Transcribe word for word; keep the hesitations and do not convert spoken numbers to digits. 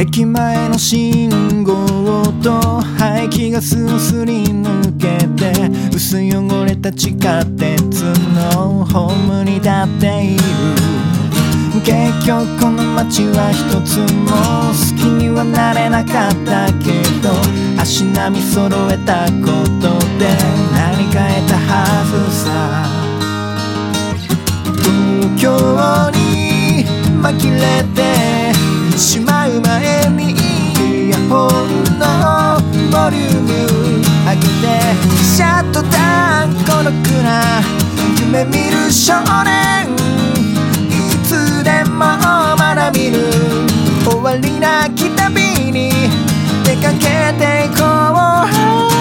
駅前の信号と排気ガスをすり抜けて薄汚れた地下鉄のホームに立っている。結局この街は一つも好きにはなれなかったけど足並み揃えたことで何か得たはずさ。東京に紛れてしまう前にイヤホンのボリューム上げてシャットダウン孤独な夢見る少年いつでもまだ見る終わりなき旅に出かけていこう。